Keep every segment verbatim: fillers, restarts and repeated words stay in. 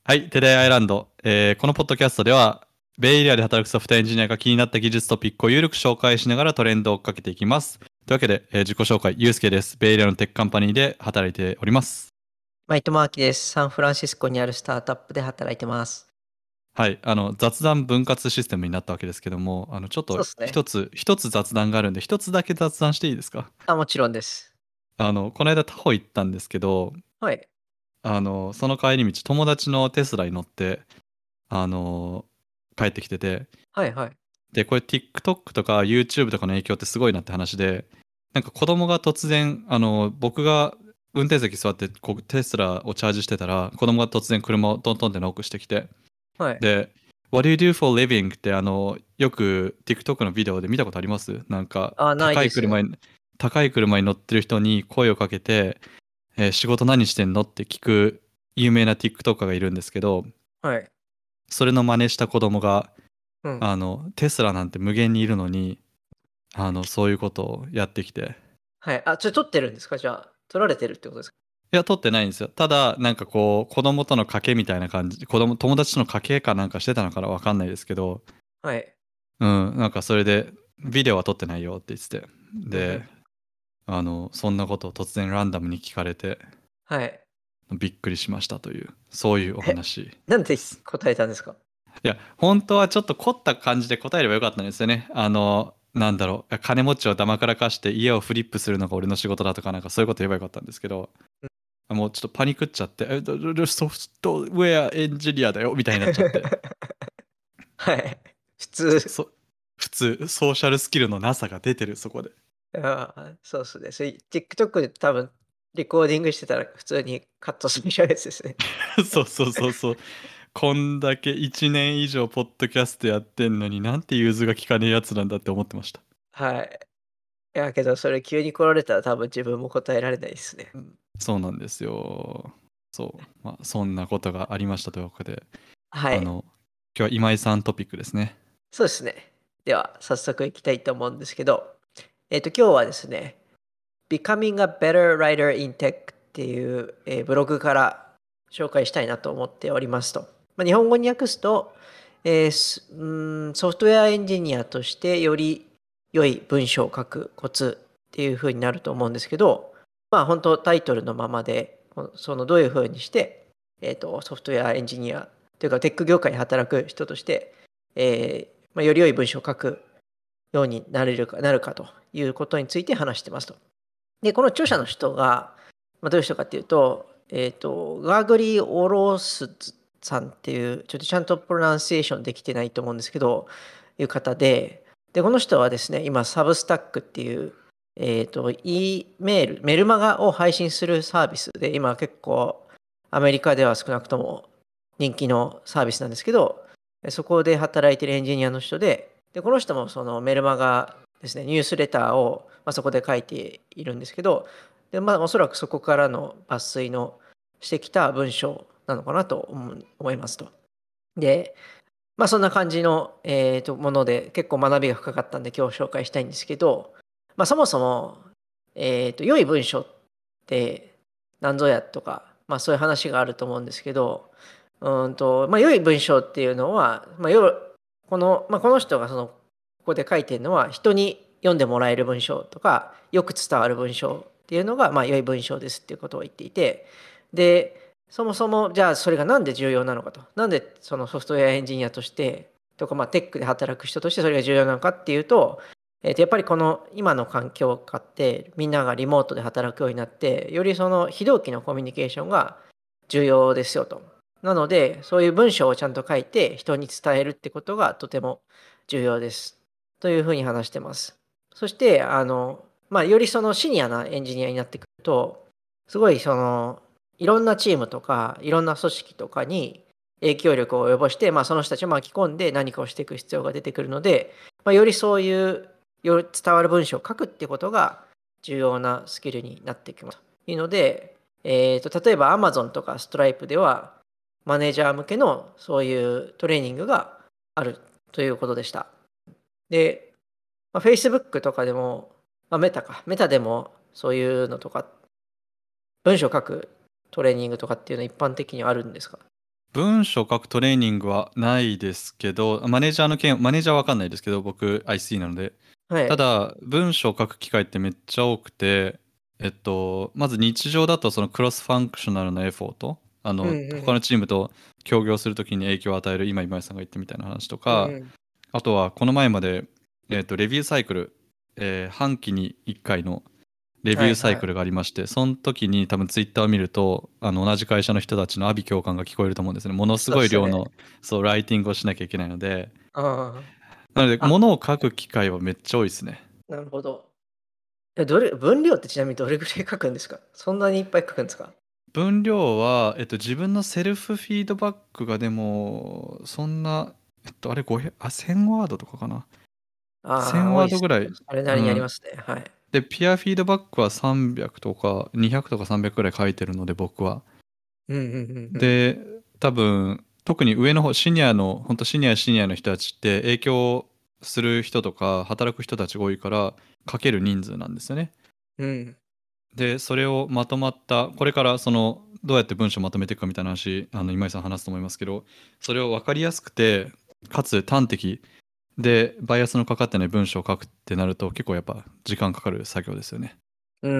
はい、テレアイランド、えーこのポッドキャストでは、ベイエリアで働くソフトウェアエンジニアが気になった技術トピックを有力紹介しながらトレンドを追っかけていきます。というわけで、えー自己紹介、ゆうすけです。ベイエリアのテックカンパニーで働いております。 マイトマーキです。サンフランシスコにあるスタートアップで働いてます。 はい、あの雑談分割システムになったわけですけども、あのちょっとそうですね。 一つ、一つ雑談があるんで、一つだけ雑談していいですか？ あ、もちろんです。 あの、この間タホ行ったんですけど、 はい。 あの、その帰り道、友達のテスラに乗って、あの、帰ってきてて、 はいはい。 で、これ TikTok とか YouTube とかの影響ってすごいなって話で、なんか子供が突然、あの、僕が運転席座ってこうテスラをチャージしてたら、子供が突然車をトントンってノックしてきて、 はい。 で、What do you do for a living? ってあの、よく TikTok のビデオで見たことあります？なんか、 あ、ない高です。 い車に、高い車に乗ってる人に声をかけて、えー仕事何してんのって聞く有名な TikToker がいるんですけど、 はい。 それの真似した子供が、 うん。 あの、テスラなんて無限にいるのに、あの、そういうことをやってきて。 はい。あ、ちょ、撮ってるんですか？じゃあ、撮られてるってことですか？ いや、撮ってないんですよ。ただ、なんかこう、子供との賭けみたいな感じ、子供、友達との賭けかなんかしてたのかなわかんないですけど、 はい。 うん、なんかそれで、ビデオは撮ってないよって言ってて。で、 うんうん。 あの、そんなことを突然ランダムに聞かれて、 はい。 びっくりしましたという、そういうおえ、 話なんでです。 答えたんですか？ いや、本当はちょっと凝った感じで答えればよかったんですよね。あの、なんだろう、金持ちをだまからかして家をフリップするのが俺の仕事だとか、なんかそういうこと言えばよかったんですけど、もうちょっとパニクっちゃって、え、どどどソフトウェアエンジニアだよみたいになっちゃって、 はい。普通。 そ、普通、ソーシャルスキルのなさが出てる、そこで。 ああ、そうですね。それ TikTok で多分、レコーディングしてたら普通にカットするやつですね。 そうそうそうそう。こんだけいちねん以上ポッドキャストやってんのになんて融通が利かねえやつなんだって思ってました。 はい。いやけど、それ急に来られたら多分自分も答えられないですね。 そうなんですよ。そう。まあ、そんなことがありましたというわけで、 はい。 あの、今日は今井さんトピックですね。 そうですね。では、早速いきたいと思うんですけど、えっと、今日はですね、Becoming a Better Writer in Tech っていう、えーブログから紹介したいなと思っておりますと。まあ、日本語に訳すと、えーすうーんソフトウェアエンジニアとしてより良い文章を書くコツっていう風になると思うんですけど、まあ本当タイトルのままで、そのどういう風にして、えーと、ソフトウェアエンジニアというかテック業界で働く人として、えーまあ、より良い文章を書くようになれるかなるかということについて話してますと。で、この著者の人が、まあ、どういう人かっていうと、えっ、と、ガーグリー・オロスさんっていう、ちょっとちゃんとプロナンシエーションできてないと思うんですけど、いう方で、で、この人はですね、今、サブスタックっていう、えっ、と、E メール、メルマガを配信するサービスで、今結構、アメリカでは少なくとも人気のサービスなんですけど、そこで働いてるエンジニアの人で、で、この人もそのメルマガですね、ニュースレターを、まあ、そこで書いているんですけど、で、まあ、おそらくそこからの抜粋のしてきた文章なのかなと思う思いますと。で、まあ、そんな感じの、えーと、もので結構学びが深かったんで今日紹介したいんですけど、まあ、そもそも、えーと、良い文章って何ぞやとか、まあ、そういう話があると思うんですけど、うんと、まあ、良い文章っていうのは、まあ、よこの、まあ、この人がその、ここで書いてるのは、人に読んでもらえる文章とか、よく伝わる文章っていうのが、まあ、良い文章ですっていうことを言っていて、で、そもそも、じゃあそれがなんで重要なのかと。なんでそのソフトウェアエンジニアとして、とか、まあ、テックで働く人としてそれが重要なのかっていうと、えーとやっぱりこの今の環境下ってみんながリモートで働くようになってよりその非同期のコミュニケーションが重要ですよと。なのでそういう文章をちゃんと書いて人に伝えるってことがとても重要ですというふうに話してます。そしてあの、まあ、よりそのシニアなエンジニアになってくるとすごいそのいろんなチームとかいろんな組織とかに影響力を及ぼして、まあ、その人たちを巻き込んで何かをしていく必要が出てくるので、まあ、よりそういうより伝わる文章を書くっていうことが重要なスキルになってきます。というので、えー、と例えば Amazon とか Stripe ではマネージャー向けのそういうトレーニングがあるということでした。で、まあ、Facebook とかでも、まあ、メタか、メタでもそういうのとか、文章を書くトレーニングとかっていうのは一般的にあるんですか？ 文章書くトレーニングはないですけど、マネージャーの件、マネージャーはわかんないですけど、僕 アイシー なので。 はい。 ただ、文章を書く機会ってめっちゃ多くて、えっと、まず日常だとそのクロスファンクショナルなエフォート、あうんの、他のうんチームと協業するときに影響を与える、今今井さんが言ったみたいな話とか、 うんうん。 あとはこの前まで、えっと、レビューサイクル、えー半期にいっかいのレビューサイクはいはい。 ルがありまして、その時に多分ツイッターを見ると、あの同じ会社の人たちの阿鼻教官が聞こえると思うんですね。ものすそうっすね。 ごい量の、そう、ライティングをしなきゃいけないので、 あなので、 あ。あ、 物を書く機会はめっちゃ多いですね。 なるほど。え、どれ分量ってちなみにどれぐらい書くんですか？そんなにいっぱい書くんですか？ 分量は、えっと、自分のセルフフィードバックがでも、そんな、えっと、あれごひゃく、あ、せんワードとかかな。 ああ、 せん多いっすね。 ワードぐらい。 それなりにありうん。 ますね。はい。 で、ピアフィードバックはさんびゃくとかにひゃくとかさんびゃくぐらい書いてるので、僕は。 うんうんうんうん。 で、多分、特に上の方、シニアの、本当シニア、シニアの人たちって影響する人とか、働く人たちが多いから、かける人数なんですよね。 うん。 で、それをまとまった、これからその、どうやって文章をまとめていくかみたいな話、あの、今井さん話すと思いますけど、それを分かりやすくて、かつ端的で、バイアスのかかってない文章を書くってなると、結構やっぱ時間かかる作業ですよね。 うん。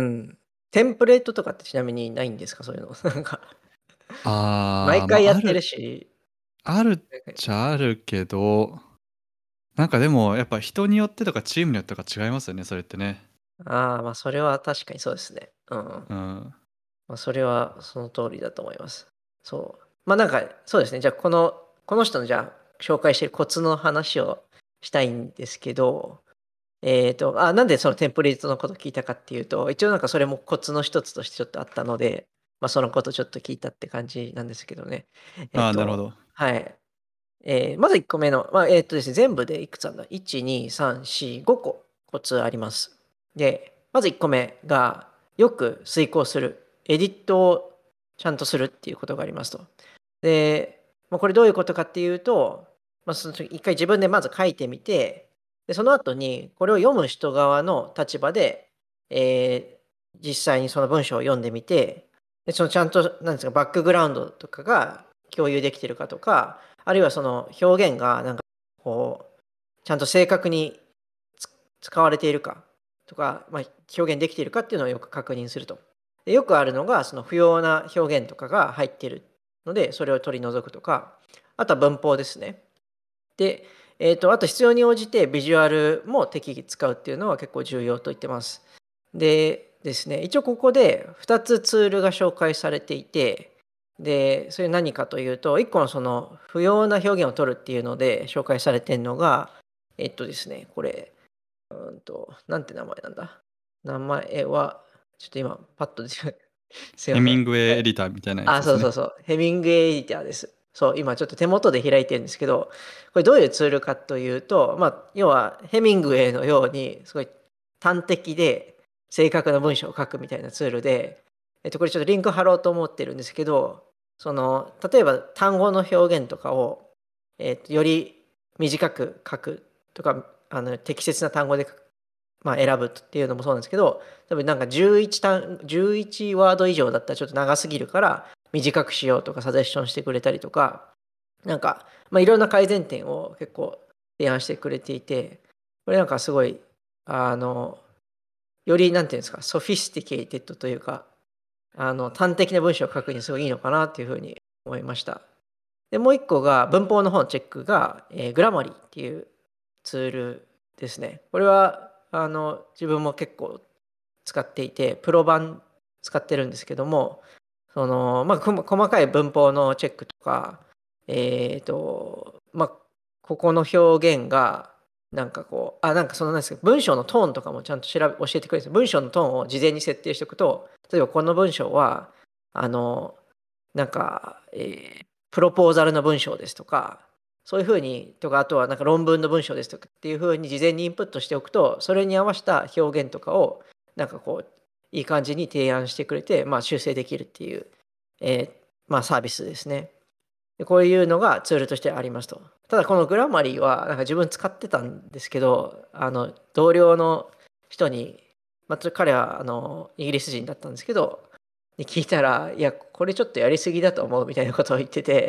テンプレートとかってちなみにないんですか？そういうの。なんか、毎あー、まあ、 回やってるある、 し、 あるっなんかちゃあるけど、なんかでも、やっぱ人によってとかチームによってとか違いますよね、それってね。 ああ、ま、それは確かにそうですね。うん。 うん。 ま、それはその通りだと思います。そう。ま、なんか、そうですね、じゃあ、このこの人のじゃあ、紹介してるコツの話をしたいんですけど、えっと、あ、なんでそのテンプレートのこと聞いたかっていうと、一応なんかそれもコツの一つとしてちょっとあったので、ま、そのことちょっと聞いたって感じなんですけどね。えっああ、なるほとど。 はい。えーまずいっこめの、まあ、えっとですね、全部でいくつあるんだ？いち、に、さん、よん、ごこコツあります。で、まずいっこめが、よく遂行する。エディットをちゃんとするっていうことがありますと。で、まあ、これどういうことかっていうと、まあ、その時一回自分でまず書いてみて、で、その後にこれを読む人側の立場で、えー実際にその文章を読んでみて、で、そのちゃんと、なんですか、バックグラウンドとかが共有できてるかとか、あるいはその表現がなんかこう、ちゃんと正確につ使われているかとか、まあ、表現できているかっていうのをよく確認すると。で、よくあるのが、その不要な表現とかが入っているので、それを取り除くとか、あとは文法ですね。で、えっと、あと必要に応じてビジュアルも適宜使うっていうのは結構重要と言ってます。でですね、一応ここでふたつツールが紹介されていて、で、それ何かというと、いっこのその不要な表現を取るっていうので紹介されてるのが、えっとですね、これ、うんと、なんて名前なんだ。名前は、ちょっと今パッと出てこないすいません。 ヘミングウェイはい。 エディターみたいなやつあ、 ですね。 そうそうそう。ヘミングウェイエディターです。そう、今ちょっと手元で開いてるんですけど、これどういうツールかというと、まあ、要はヘミングウェイのように、すごい端的で正確な文章を書くみたいなツールで、えっと、これちょっとリンク貼ろうと思ってるんですけど、その、例えば単語の表現とかを、えっと、より短く書くとか、あの、適切な単語で書く、まあ、選ぶっていうのもそうなんですけど、多分なんかじゅういち単、じゅういちワード以上だったらちょっと長すぎるから短くしようとかサジェッションしてくれたりとか、なんか、まあ、いろんな改善点を結構提案してくれていて、これなんかすごい、あの、よりなんていうんですか、ソフィスティケイテッドというか、あの、端的な文章を書くにすごいいいのかなっていうふうに思いました。で、もう一個が文法の方のチェックが、えーグラマリーっていうツールですね。これは、あの、自分も結構使っていて、プロ版使ってるんですけども、その、まあ、こ細かい文法のチェックとか、えっと、まあ、ここの表現が、なんかこう、あ、なんかそのなんですか、文章のトーンとかもちゃんと調べ、教えてくれるんですよ。文章のトーンを事前に設定しておくと、例えばこの文章は、あの、なんか、えープロポーザルの文章ですとか、そういうふうに、とか、あとはなんか論文の文章ですとかっていうふうに事前にインプットしておくと、それに合わせた表現とかを、なんかこう、いい感じに提案してくれて、まあ、修正できるっていう、えーまあ、サービスですね。でこういうのがツールとしてありますと。ただこのグラマリーはなんか自分使ってたんですけど、あの同僚の人に、まあ、彼はあのイギリス人だったんですけど、に聞いたら、いや、これちょっとやりすぎだと思うみたいなことを言ってて、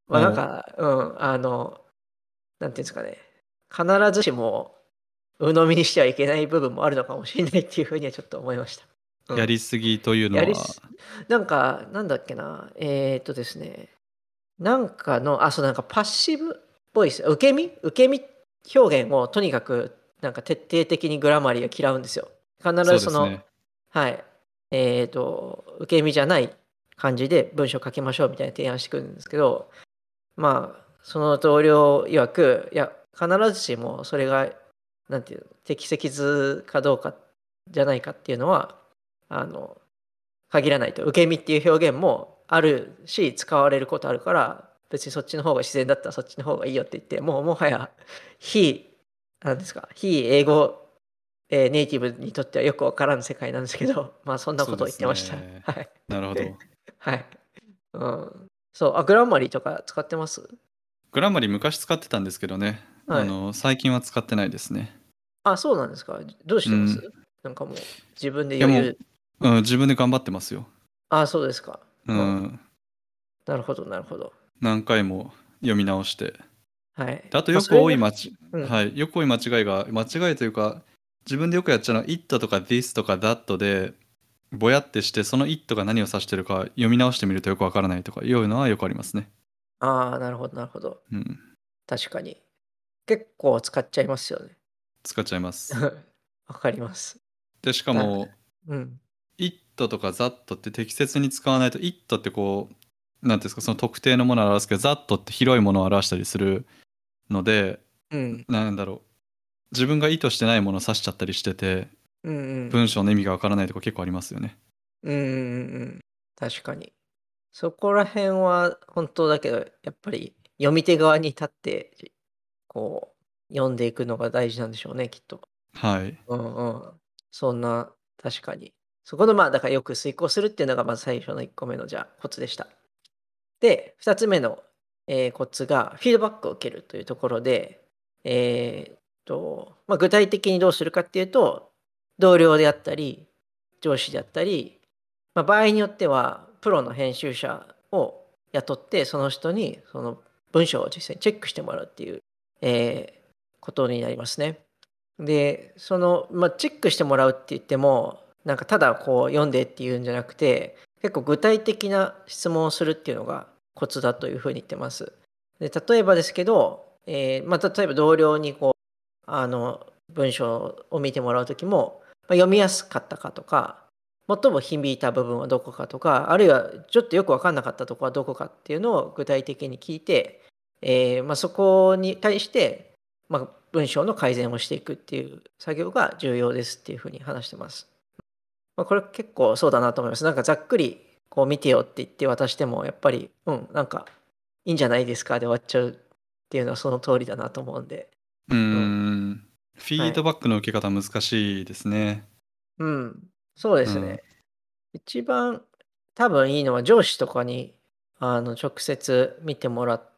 まあなんおう、 か、うん、あの、なんていうんですかね、必ずしも鵜呑みにしてはいけない部分もあるのかもしれないっていうふうにはちょっと思いました。うん。 やりすぎというのは、 やりすなんか、なんだっけな、えーっとですね、なんかの、あ、そう、なんかパッシブボイス、受け身受け身表現をとにかく、なんか徹底的にグラマリーが嫌うんですよ。必ずその、 そうですね。 はい、えーっと、受け身じゃない感じで文章を書きましょうみたいな提案してくるんですけど、まあ、その同僚曰く、いや、必ずしもそれが、なんていうの、適切かどうかじゃないかっていうのは、あの、限らないと。受け身っていう表現もあるし、使われることあるから、別にそっちの方が自然だったらそっちの方がいいよって言って、もうもはや、非、なんですか、非英語、えーネイティブにとってはよくわからん世界なんですけど、まあそんなことを言っそうですてました。 ね。 はい。 なるほど。 はい。うん。そう、あ、グランマリーとか使ってます？ グラマリー昔使ってたんですけどね。 はい。 あの、最近は使ってないですね。 あ、そうなんですか。どうしてます？ うん。 なんかもう自分でいやも余裕。 う、うん、自分で頑張ってますよ。 あ、そうですか。うん。 うん。 なるほど、なるほど。 何回も読み直して。 はい。 であとよくまあそれが、 多い間ち、 うん。 はい、よく多い間違いが、間違いというか、自分でよくやっちゃうのは、it とか this とか that で、ぼやってして、その it が何を指してるか読み直してみるとよくわからないとかいうのはよくありますね。 ああ、なるほど、なるほど。 うん。 確かに。結構使っちゃいますよね。 使っちゃいます。 わかります。 で、しかだも、 うん。 it とか that って適切に使わないと、it ってこう、なんていうんですか、その特定のものを表すけど、that って広いものを表したりするので、 うん。 なんだろう。自分が意図してないものを指しちゃったりしてて、 うんうん文章の意味がわからないとか結構ありますよね。 うん。うんうんうん。確かに。そこら辺は本当だけど、やっぱり読み手側に立って、こう、読んでいくのが大事なんでしょうね、きっと。 はい。 うんうん。そんな、確かに。そこの、まあ、だからよく遂行するっていうのが、まず最初のいっこめの、じゃあ、コツでした。で、ふたつめの、えーコツが、フィードバックを受けるというところで、えーっと、まあ、具体的にどうするかっていうと、同僚であったり、上司であったり、まあ、場合によっては、プロの編集者を雇って、その人に、その文章を実際にチェックしてもらうっていう、えーことになりますね。で、その、まあ、チェックしてもらうって言っても、なんかただこう読んでっていうんじゃなくて、結構具体的な質問をするっていうのがコツだというふうに言ってます。で、例えばですけど、えーまあ、例えば同僚にこう、あの、文章を見てもらうときも、まあ、読みやすかったかとか、最も響いた部分はどこかとか、あるいはちょっとよく分かんなかったところはどこかっていうのを具体的に聞いて、えーまあ、そこに対して、まあ、文章の改善をしていくっていう作業が重要ですっていうふうに話してます。まあ、これ結構そうだなと思います。なんかざっくりこう見てよって言って渡しても、やっぱり、うん、なんかいいんじゃないですかで終わっちゃうっていうのはその通りだなと思うんで。 うーうん。 ん。フィはい。 ードバックの受け方難しいですね。 うん。そうでうん。 すね。一番多分いいのは上司とかにあの直接見てもらって、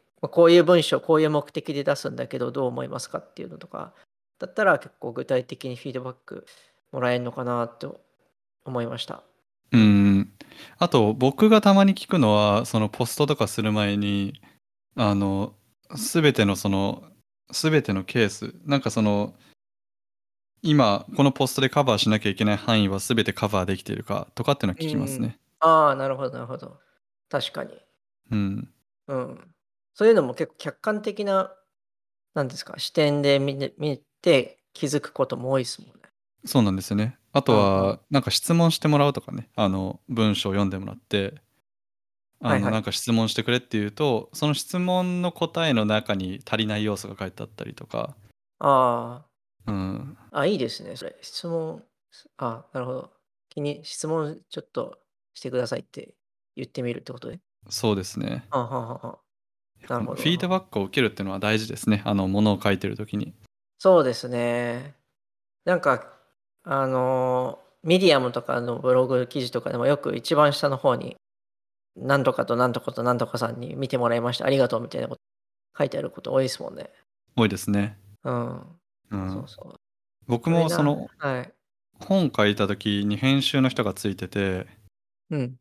まあこういう文章、こういう目的で出すんだけどどう思いますかっていうのとかだったら結構具体的にフィードバックもらえるのかなと思いました。 ううん。 ん。あと、僕がたまに聞くのは、そのポストとかする前に、あの、すべてのその、すべてのケース、なんかその、今、このポストでカバーしなきゃいけない範囲はすべてカバーできているかとかっていうのは聞うんうん。 きますね。 ああ、なるほど、なるほど。確かに。 うん。 うん。そういうのも結構客観的な、なんですか、視点で見て見て気づくことも多いですもんね。 そうなんですよね。あとうんうん。 は、なんか質問してもらうとかね、あの、文章を読んでもらって、あの、 はいはい。 なんか質問してくれっていうと、その質問の答えの中に足りない要素が書いてあったりとか、 あうん、 あ、あ、いいですね、それ。質問、あ、なるほど。気に質問ちょっとしてくださいって言ってみるってことで。 そうですね。 はあはあはあはあ。なるほど、 このフィーなるほど。 ドバックを受けるっていうのは大事ですね。あの、ものを書いてるときに。 そうですね。なんか、あの、ミディアムとかのブログ記事とかでもよく一番下の方に、なんとかとなんとかとなんとかさんに見てもらいました。ありがとうみたいなこと書いてあること多いですもんね。 多いですね。 うん。 うん。 そうそう。 僕それな、 もそのはい。 本書いたときに編集の人がついてて、 うん。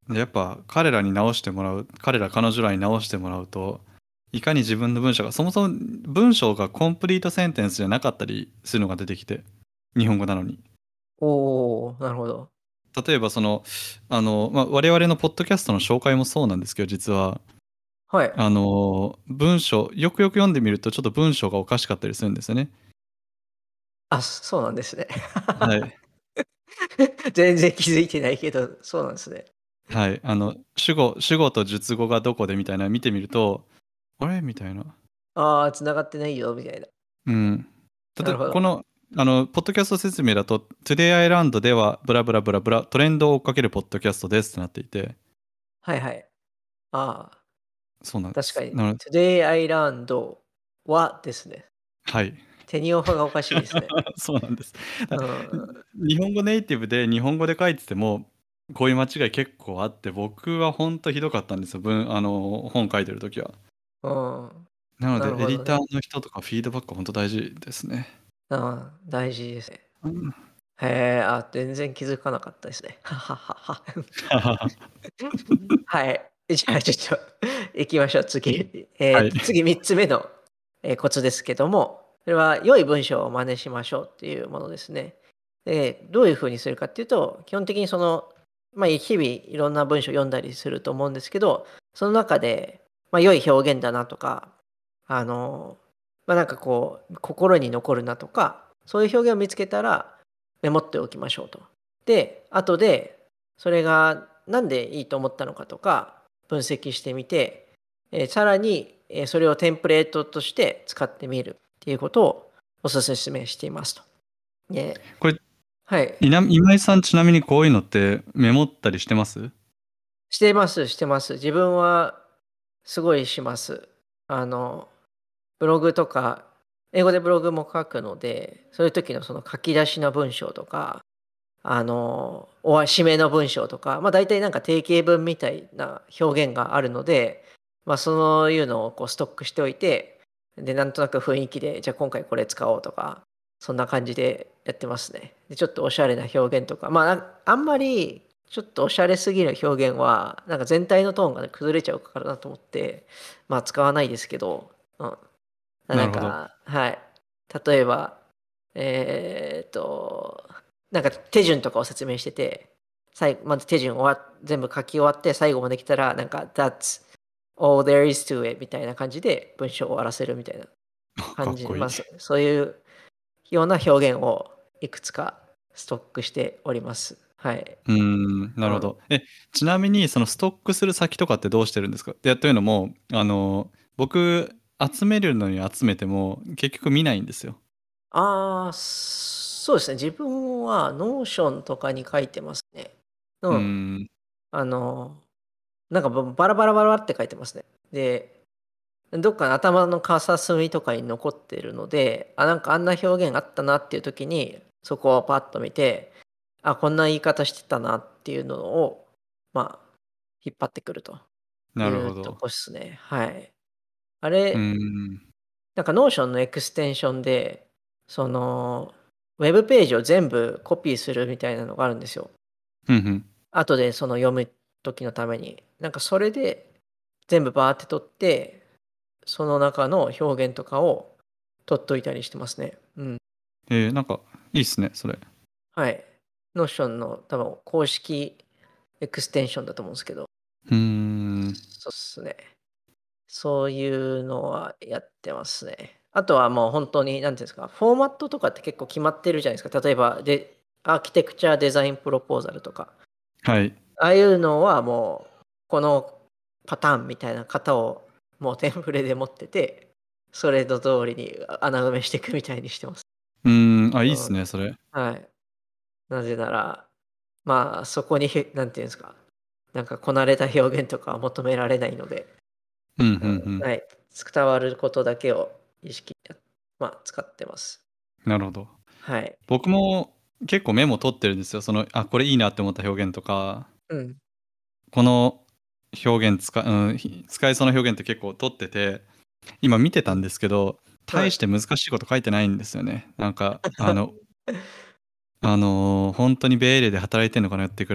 でやっぱ彼らに直してもらう、彼ら彼女らに直してもらうと、いかに自分の文章が、そもそも文章がコンプリートセンテンスじゃなかったりするのが出てきて、日本語なのに。 おお、なるほど。 例えばその、あの、まあ、我々のポッドキャストの紹介もそうなんですけど、実は、 はい。 あの、文章、よくよく読んでみると、ちょっと文章がおかしかったりするんですよね。 あ、そうなんですね。 はい。 全然気づいてないけど、そうなんですね。 はい。あの、主語、主語と述語がどこでみたいなの見てみると、あれみたいな。 ああ、繋がってないよみたいな。 うん。例えば、 なるほど。 この、あの、ポッドキャスト説明だと、Today I Land では、ブラブラブラブラ、トレンドを追っかけるポッドキャストですってなっていて、 はいはい。ああ、 そうなんです。 確かに。 なので、 Today I learned はですね。 はい。 テニオ派がおかしいですね。 そうなんです。だうん。 日本語ネイティブで日本語で書いてても、こういう間違い結構あって、僕は本当ひどかったんですよ。文、あの、本書いてるときは。 うん。 なので、エなるほどね。 ディターの人とかフィードバックは本当大事ですね。 うん、大事ですね。 うん。 へえ、あ、全然気づかなかったですね。はははは。はい。じゃあちょっと行きましょう、次。えはい。 っと、次みっつめの、え、コツですけども、それは良い文章を真似しましょうっていうものですね。で、どういう風にするかっていうと、基本的にその、ま、日々いろんな文章を読んだりすると思うんですけど、その中で、ま、良い表現だなとか、あの、ま、なんかこう、心に残るなとか、そういう表現を見つけたらメモっておきましょうと。で、後でそれがなんでいいと思ったのかとか、分析してみて、え、さらに、え、それをテンプレートとして使ってみるっていうことをお勧めしていますと。で、 これ、 はい。 いな今井さんちなみにこういうのってメモったりしてます？ してますしてます。自分はすごいします。あの、ブログとか、英語でブログも書くので、そういう時のその書き出しの文章とか、あの、おわ締めの文章とか、ま、大体なんか定型文みたいな表現があるので、ま、そういうのをこうストックしておいて、で、なんとなく雰囲気で、じゃあ今回これ使おうとか、そんな感じでやってますね。で、ちょっとおしゃれな表現とか、まあ、なんあんまりちょっとおしゃれすぎる表現は、なんか全体のトーンがね、崩れちゃうからなと思って、まあ、使わないですけど、うん。ななるほど。 んか、はい。例えば、えっと、なんか手順とかを説明してて、さいまず手順終わ全部書き終わって、最後まで来たら、なんか、That's all there is to it みたいな感じで文章を終わらせるみたいな感じ、 かっこいい。 まあ、そそういうような表現をいくつかストックしております。はい。 うーん、なうん。 るほど。え、ちなみにそのストックする先とかってどうしてるんですか？いや、というのも、あの、僕、集めるのに集めても結局見ないんですよ。 ああ、そうですね。自分は Notion とかに書いてますね。ううーん。 ん、 あの、なんか、ばバラバラバラって書いてますね。で、どっかの頭の片隅とかに残ってるので、あ、なんかあんな表現あったなっていう時に、そこをパッと見て、あ、こんな言い方してたなっていうのを、まあ、引っ張ってくるといなるほど。 うとこっすね。はい。あうーれ、 ん。 なんか Notion のエクステンションで、その、ウェブページを全部コピーするみたいなのがあるんですよ。 ふんふん。 後でその読む時のために。なんかそれで全部バーって取って、その中の表現とかを取っといたりしてますね。うん。 えー、なんかいいっすね、それ。 はい。Notion の多分公式エクステンションだと思うんですけど、 うーん。 そうっすね。そういうのはやってますね。あとはもう本当に何て言うんですか、フォーマットとかって結構決まってるじゃないですか。例えば、で、アーキテクチャデザインプロポーザルとか。 はい。 ああいうのはもう、このパターンみたいな型をもうテンプレで持ってて、それの通りに穴埋めしていくみたいにしてます。 うーん、あ、いいっうん。 すね、それ。 はい。なぜなら、まあ、そこに、なんていうんですか、なんかこなれた表現とかは求められないので、 うん、うんううん、 ん。 はい。伝わることだけを意識やまあ、使ってます。 なるほど。 はい。 僕も結構メモ取ってるんですよ。その、あ、これいいなって思った表現とか、 うん。 この表現使うん、ひ使えそうな表現って結構取ってて、今見てたんうん。 ですけど、 はい。 大して難しいこと書いてないんですよね。なんか、あのあの、ほんとにベーレで働いてんのかなってくらい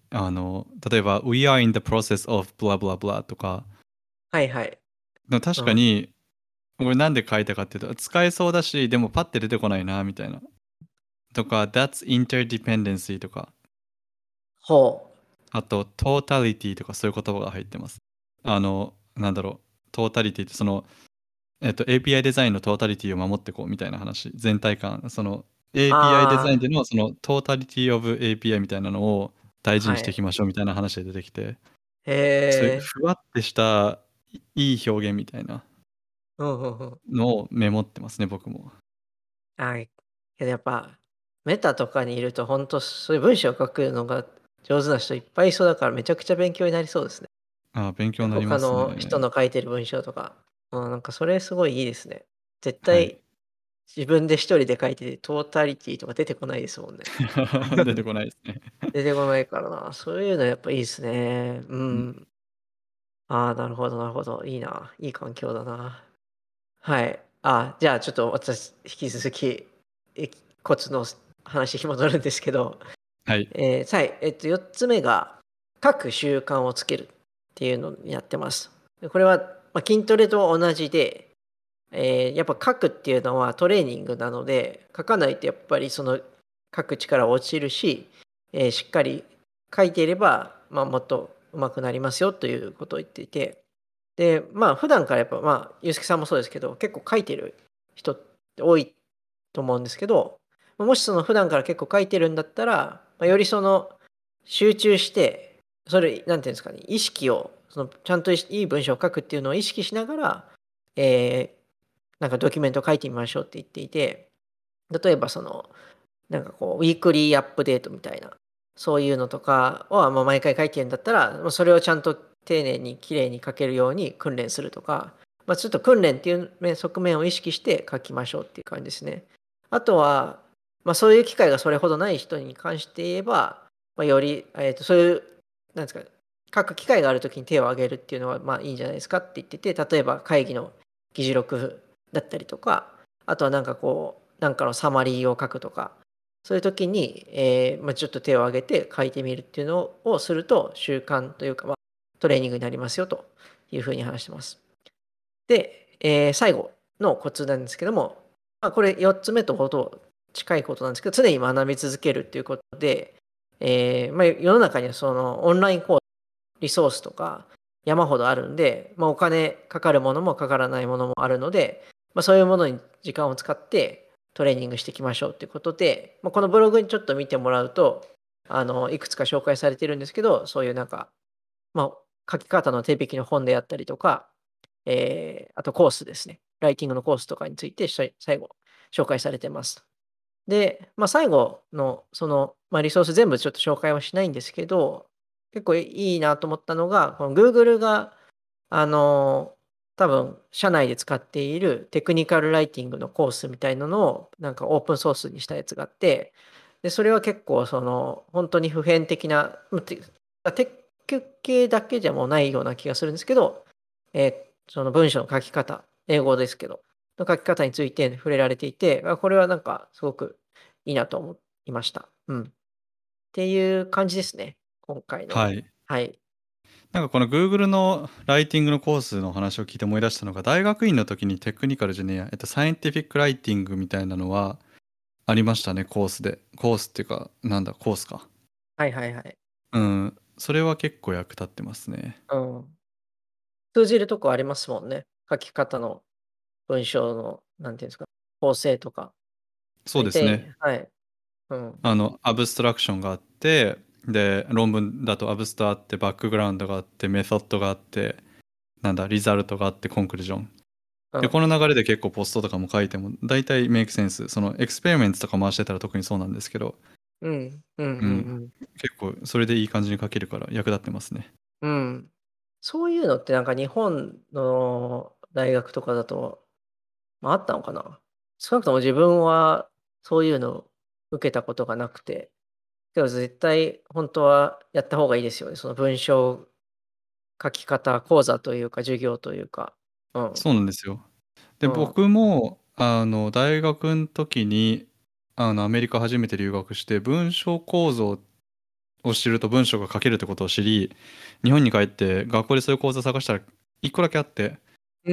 あの、例えば、We are in the process of blah blah blah とか、 はいはい。 でも確うん。 かに、俺なんで書いたかっていうと、使えそうだし、でもパッて出てこないな、みたいな。とか、That's interdependency とか、 ほあと、totality とかそういう言葉が入ってます。あの、なんだろう、トータリティってその、えっと、エーピーアイ デザインのトータリティを守っていこうみたいな話、全体感、そのう。 エーピーアイ デザインあでのそのトータリティオブ エーピーアイ みたいなのを大あ、 事にはい。 していきましょうみたいな話で出てきて、 へそういうえ。 ふわってしたいい表現みたいなうんうんうん。 のをメモってますね、僕も。 はい。けどやっぱ、メタとかにいると本当そういう文章を書くのが上手な人いっぱいいそうだからめちゃくちゃ勉強になりそうですね。 ああ、勉強になりま他すね。 の人の書いてる文章とか。うん、なんかそれすごいいいですね。絶はい。 対自分で一人で書いてて、トータリティとか出てこないですもんね。 出てこないですね。 出てこないからな。そういうのやっぱいいですね。ううんん。ああ、なるほどなるほど。いいな。いい環境だな。はい。あ、じゃあちょっと私、引き続き、えコツの話に戻るんですけど、 はい。 えー、さい、えっと、よっつめが、書く習慣をつけるっていうのをやってます。でこれは、まあ、筋トレと同じで、えーやっぱ書くっていうのはトレーニングなので、書かないとやっぱりその書く力は落ちるし、えーしっかり書いていれば、まあ、もっと上手くなりますよということを言っていて、で、まあ普段からやっぱ、まあ、ユースケさんもそうですけど、結構書いてる人って多いと思うんですけど、もしその普段から結構書いてるんだったら、まあ、よりその集中して、それ、なんていうんですかね、意識を、そのちゃんといい文章を書くっていうのを意識しながら、えーなんかドキュメントを書いてみましょうって言っていて、例えばその、なんかこう、ウィークリーアップデートみたいな、そういうのとかは、まあ、毎回書いてるんだったら、もうそれをちゃんと丁寧に綺麗に書けるように訓練するとか、まあ、ちょっと訓練っていう面側面を意識して書きましょうっていう感じですね。あとは、まあ、そういう機会がそれほどない人に関して言えば、まあ、より、えーと、そういう、なんですか、書く機会があるときに手を挙げるっていうのは、まあいいんじゃないですかって言ってて、例えば会議の議事録だったりとか、あとはなんかこう、なんかのサマリーを書くとか、そういう時に、えーまあ、ちょっと手を挙げて書いてみるっていうのをすると習慣というか、まあ、トレーニングになりますよというふうに話してます。で、えー最後のコツなんですけども、まあ、これよっつめとほど近いことなんですけど、常に学び続けるっていうことで、えーまあ、世の中にはそのオンラインコース、リソースとか山ほどあるんで、まあ、お金かかるものもかからないものもあるので、まあ、そういうものに時間を使ってトレーニングしていきましょうっていうことで、まあ、このブログにちょっと見てもらうと、あの、いくつか紹介されてるんですけど、そういうなんか、まあ、書き方の手引きの本であったりとか、えーあとコースですね。ライティングのコースとかについてし最後紹介されてます。で、まあ、最後のその、まあ、リソース全部ちょっと紹介はしないんですけど、結構いいなと思ったのが、この Google が、あの、多分社内で使っているテクニカルライティングのコースみたいなのをなんかオープンソースにしたやつがあって、で、それは結構その本当に普遍的な、まテテック系だけじゃもうないような気がするんですけど、えーその文章の書き方、英語ですけど、の書き方について触れられていて、あこれはなんかすごくいいなと思いました。うん。っていう感じですね。今回の。 はい。 はい。 なんかこの Google のライティングのコースの話を聞いて思い出したのが、大学院の時にテクニカルじゃねえや、えっと、サイエンティフィックライティングみたいなのはありましたね、コースで。コースっていうか、なんだ、コースか。 はいはいはい。 うん。それは結構役立ってますね。 うん。通じるとこありますもんね。書き方の文章の、なんていうんですか、構成とか。 そう大ですね。 体、はい。うん。 あの、アブストラクションがあって、で、論文だとアブストあって、バックグラウンドがあって、メソッドがあって、なんだ、リザルトがあって、コンクルージョン。で、こうん。 の流れで結構ポストとかも書いても、大体メイクセンス。そのエクスペリメントとか回してたら特にそうなんですけど、 うん。うん。うん。 うん。 うん。 結構それでいい感じに書けるから役立ってますね。 うん。そういうのってなんか日本の大学とかだと、まあ、あったのかな。少なくとも自分はそういうのを受けたことがなくて、けど絶対本当はやった方がいいですよね。その文章書き方講座というか授業というか。うん。 そうなんですよ。で、 うん。 僕も、あの、大学の時に、あの、アメリカ初めて留学して、文章構造を知ると文章が書けるってことを知り、日本に帰って学校でそういう講座探したら一個だけあって、 うん。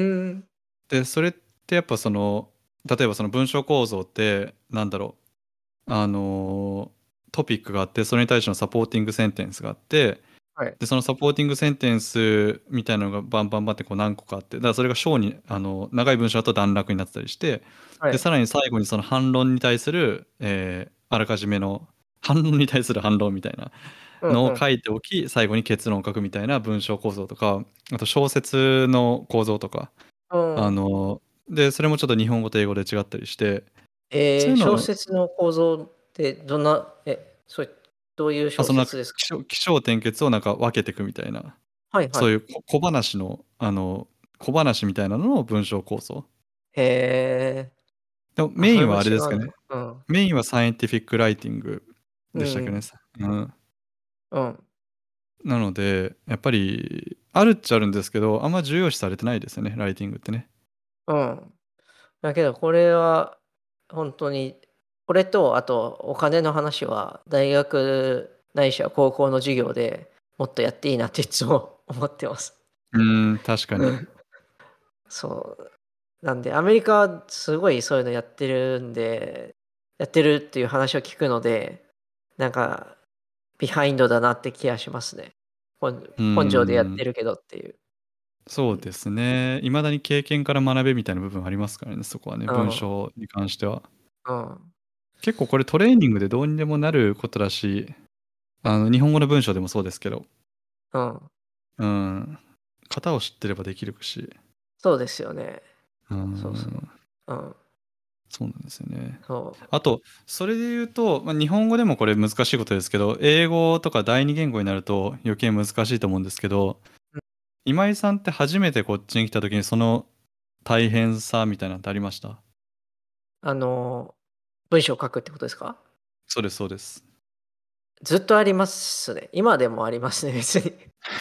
で、それってやっぱその、例えばその文章構造ってなんだろう、あのートピックがあって、それに対してのサポーティングセンテンスがあって、 はい。 で、そのサポーティングセンテンスみたいなのがバンバンバンってこう何個かあって、だからそれが章に、あの、長い文章だと段落になってたりして、で、 はい。 さらに最後にその反論に対する、えーあらかじめの、反論に対する反論みたいなのをうんうん。 書いておき、最後に結論を書くみたいな文章構造とか、あと小説の構造とか、あうん。 の、で、それもちょっと日本語と英語で違ったりして、そえー、小ういうの、 説の構造ってどんな、え、そう、どういうあ、 小そのなんか説ですか？ 起承起承転結をなんか分けていくみたいな、 はいはい。 そういう小小話の、あの、小話みたいなのの文章構造。 へえ。 でもあ、それもメインはあれ違うんだ。 ですかね。 うん。 メインはサイエンティフィックライティングうでしたっけね。 ん。 うん。 うん。 なので、やっぱり、あるっちゃあるんですけど、あんま重要視されてないですよね、ライティングってね。 うん。だけどこれは本当に、これとあとお金の話は大学ないしは高校の授業でもっとやっていいなっていつも思ってます。 うーん、確かに。 そう。なんでアメリカはすごいそういうのやってるんで、やってるっていう話を聞くので、なんかビハインドだなって気がしますね。根うー根性でやってん、 るけどっていう。うん。 そうですね。いまだに経験から学べみたいな部分ありますからね、そこはね、文うん。 章に関しては。 うん。 結構これトレーニングでどうにでもなることだし、あの、日本語の文章でもそうですけど、 うん。 うん、型を知ってればできるし、 そうですよね。 うそうそん、 う。うん。 そうなんですよね。 そあと、それで言うと、まあ、日本語でもこれ難しいことですけど、英語とか第二言語になると余計難しいと思うんですけど、 う。うん。 今井さんって初めてこっちに来た時にその大変さみたいなのってありました？ あの、文章を書くってことですか？ そうです、そうです。 ずっとありますね。今でもありますね、別に。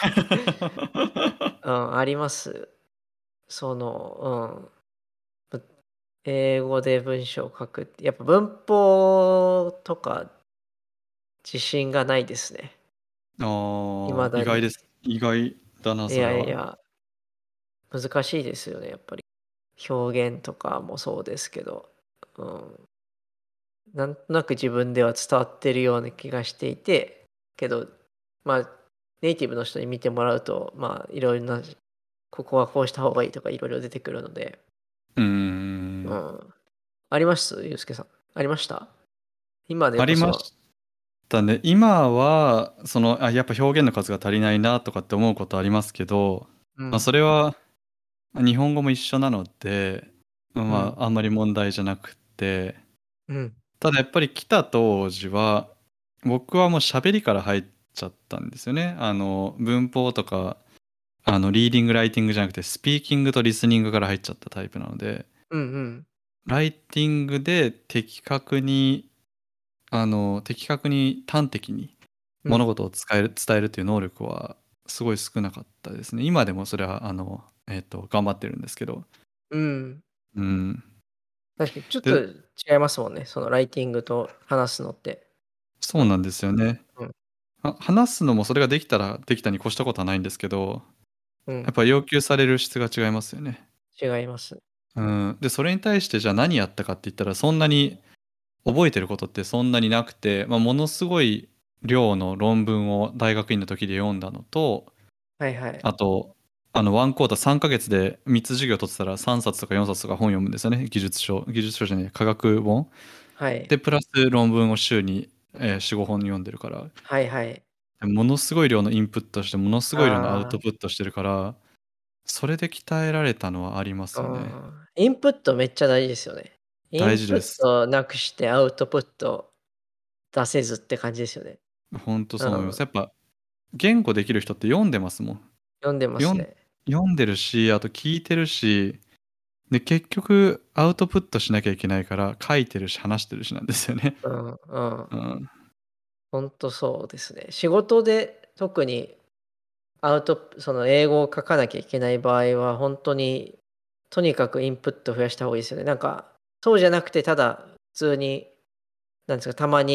うん、あります。その、うん。ぶ英語で文章を書くって、やっぱ文法とか自信がないですね。 ああ、 未だに。 意外です。意外だな、 いそれは。 やいや、難しいですよね、やっぱり。表現とかもそうですけど、うん。なんとなく自分では伝わってるような気がしていて、けど、まあ、ネイティブの人に見てもらうと、まあ、いろいろな、ここはこうした方がいいとかいろいろ出てくるので、 うーん。 うん。ありますゆうすけさん。ありました今でありまこそ。 したね。今は、その、あ、やっぱ表現の数が足りないなとかって思うことありますけど、まあ、 うん。 それは日本語も一緒なので、 うん。 まあ、あんまり問題じゃなくて、 うん。 ただやっぱり来た当時は、僕はもう喋りから入っちゃったんですよね。あの、文法とか、あの、リーディング、ライティングじゃなくて、スピーキングとリスニングから入っちゃったタイプなので、 うんうん。 ライティングで的確に、あの、的確に端的にうん。 物事を伝える、伝えるっていう能力はすごい少なかったですね。今でもそれは、あの、えっと、頑張ってるんですけど。 うん。 うん。 確かにちょっとで、 違いますもんね。そのライティングと話すのって。うん。 そうなんですよね。 うん。 あ、話すのもそれができたらできたに越したことはないんですけど、 うん。 やっぱ要求される質が違いますよね。 違います。 うん。で、それに対してじゃあ何やったかって言ったら、そんなに覚えてることってそんなになくて、まあ、ものすごい量の論文を大学院の時で読んだのと、 はいはい。 あと、あの、ワンクォーターさんかげつでみっつ授業取ってたらさんさつとかよんさつとか本読むんですよね。技術書。技術書じゃない、科学本。 はい。 で、プラス論文を週に、えー、よん、ごほん読んでるから、 はいはい。 ものすごい量のインプットして、ものすごい量のアウトあプットしてるから、それで鍛えられたのはありまあ、 すよね。 うん。インプットめっちゃ大事ですよね。イ大ンプッ事です。 トなくしてアウトプット出せずって感じですよね。 ほんとうん。 そう思います。やっぱ、言語できる人って読んでますもん。 読んでま読ん、 すね。 読んでるし、あと聞いてるし、で、結局、アウトプットしなきゃいけないから、書いてるし、話してるしなんですよね。 うんうん。 うん。 ほんとそうですね。仕事で特にアウトその英語を書かなきゃいけない場合は、ほんとに、とにかくインプット増やした方がいいですよね。なんか、そうじゃなくて、ただ普通に、なんですか、たまに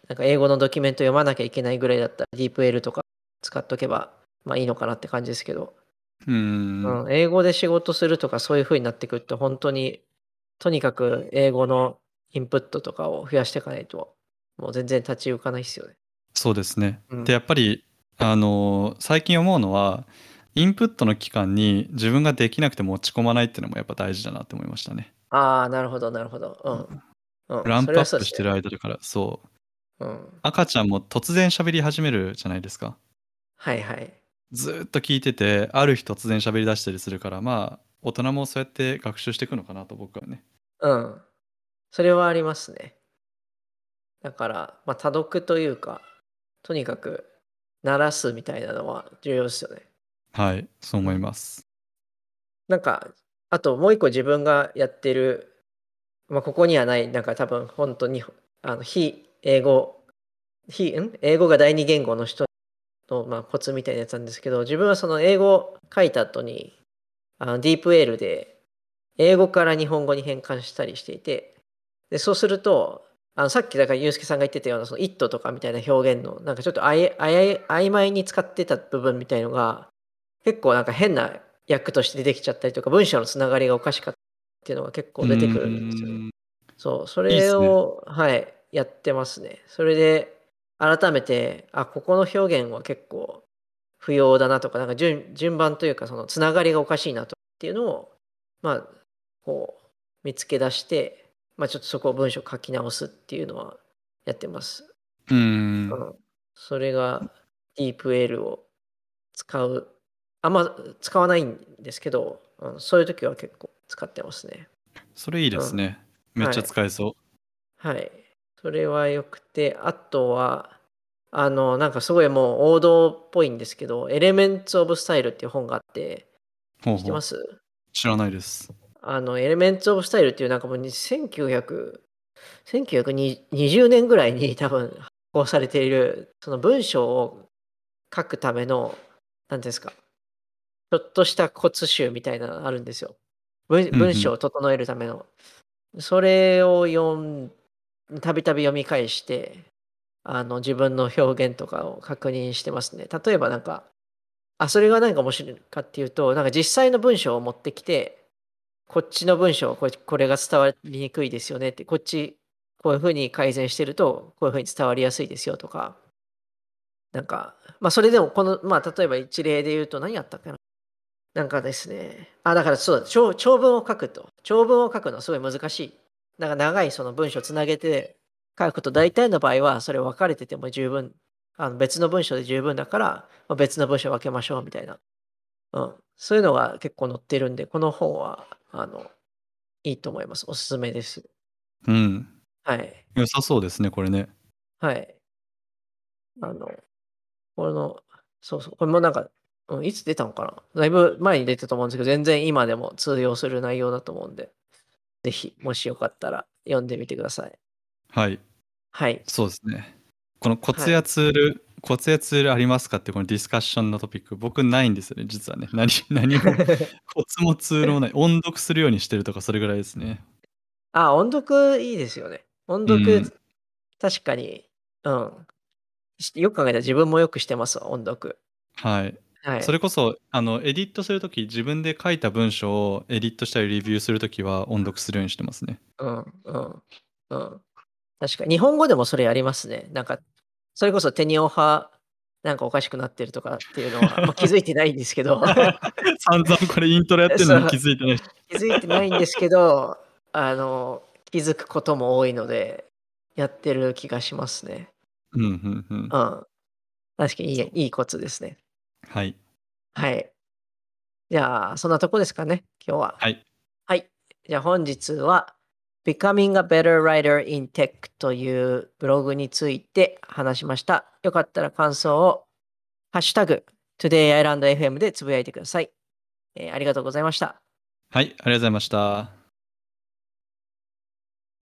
なんか英語のドキュメント読まなきゃいけないぐらいだったら ディープエル とか使っとけば、まあいいのかなって感じですけど、 うーん。 うん、英語で仕事するとかそういう風になってくると、本当に、とにかく英語のインプットとかを増やしていかないと、もう全然立ち行かないですよね。 そうですね。で、 うん。 やっぱり、あの、最近思うのは、インプットの期間に自分ができなくて持ち込まないっていうのもやっぱ大事だなって思いましたね。 ああ、なるほどなるほど。うん。うん。そランプアップしてれはそうですね。 る間だから、そう。 うん。 赤ちゃんも突然喋り始めるじゃないですか。 はいはい。 ずーっと聞いてて、ある日突然喋り出したりするから、まあ、大人もそうやって学習していくのかなと僕はね。 うん。それはありますね。だから、まあ、多読というか、とにかく、鳴らすみたいなのは重要ですよね。 はい、そう思いうん。 ます。 なんか、あともう一個自分がやってる、まあ、ここにはない、なんか多分本当に、あの、非英語、非、ん英語が第二言語の人の、まあ、コツみたいなやつなんですけど、自分はその英語を書いた後に、あの、ディープエールで、英語から日本語に変換したりしていて、で、そうすると、あの、さっきだからユースケさんが言ってたような、その it とかみたいな表現の、なんかちょっとあいあい曖昧に使ってた部分みたいのが、結構なんか変な訳として出てきちゃったりとか、文章のつながりがおかしかったっていうのが結う構出てくるんですよね。 ーん、 そう、それいいっすね。 を、はい、やってますね。それで、改めて、あ、ここの表現は結構不要だなとか、なんか順順番というか、そのつながりがおかしいなとっていうのを、まあ、こう、見つけ出して、まあ、ちょっとそこを文章書き直すっていうのはやってます。 うーん、 うん。それが ディープエル を使う。あんま使わないんですけど、うん、そういう時は結構使ってますね。 それいいでうん。 すね。めっちゃはい。 使えそう。 はい。それは良くて、あとは、あの、なんかすごいもう王道っぽいんですけど、Elements of Style っていう本があって、知ってまほうほう。 す？ 知らないです。 あの、Elements of Style っていうなんかもうせんきゅうひゃく、せんきゅうひゃくにじゅうねんぐらいに多分発行されている、その文章を書くための、なんていうんですか、ちょっとしたコツ集みたいなのがあるんですよ。文うんうん。 文章を整えるための。それを読んたびたび読み返して、あの、自分の表現とかを確認してますね。例えばなんか、あ、それが何か面白いかっていうと、なんか実際の文章を持ってきて、こっちの文章、これこれが伝わりにくいですよねって、こっち、こういう風に改善してると、こういう風に伝わりやすいですよとか、なんか、まあそれでもこの、まあ例えば一例で言うと何やったっけな。なんかですね、あ、だからそうだ、長長文を書くと。長文を書くのはすごい難しい。なんか長いその文章をつなげて書くと、大体の場合はそれ分かれてても十分、あの別の文章で十分だから、まあ、別の文章を分けましょうみたいな。うん。そういうのが結構載ってるんで、この本は、あの、いいと思います。おすすめです。 うん。 はい。 良さそうですね、これね。 はい。あの、この、そうそう、これもなんか、うん、いつ出たのかな。だいぶ前に出てたと思うんですけど、全然今でも通用する内容だと思うんで、ぜひ、もしよかったら読んでみてください。 はい。 はい。 そうですね。このコツやはい。 ツール、コツやツールありますかってこのディスカッションのトピック、僕ないんですよね、実はね。何、何も、コツもツールもない。音読するようにしてるとか、それぐらいですね。 あ、音読いいですよね。音読、 うん。 確かに、うん。しよく考えたら自分もよくしてますわ、音読。 はい。 はい。 それこそ、あの、エディットするとき、自分で書いた文章をエディットしたりレビューするときは音読するようにしてますね。 うん、うん、うん。確かに。日本語でもそれありますね。なんか、それこそテニオ派、なんかおかしくなってるとかっていうのは、まあ、気づいてないんですけど。 散々これイントロやってんのに気そう、 づいてないし。 気づいてないんですけど、あの、気づくことも多いので、やってる気がしますね。 うん、うん、うん。 うん。確かにいいそう。 いいコツですね。 はい。 はい。じゃあ、そんなとこですかね、今日は。 はい。 はい。じゃあ本日は Becoming a Better Writer in Tech というブログについて話しました。よかったら感想をハッシュタグ Today Island エフエム でつぶやいてください。えーありがとうございました。 はい、ありがとうございました。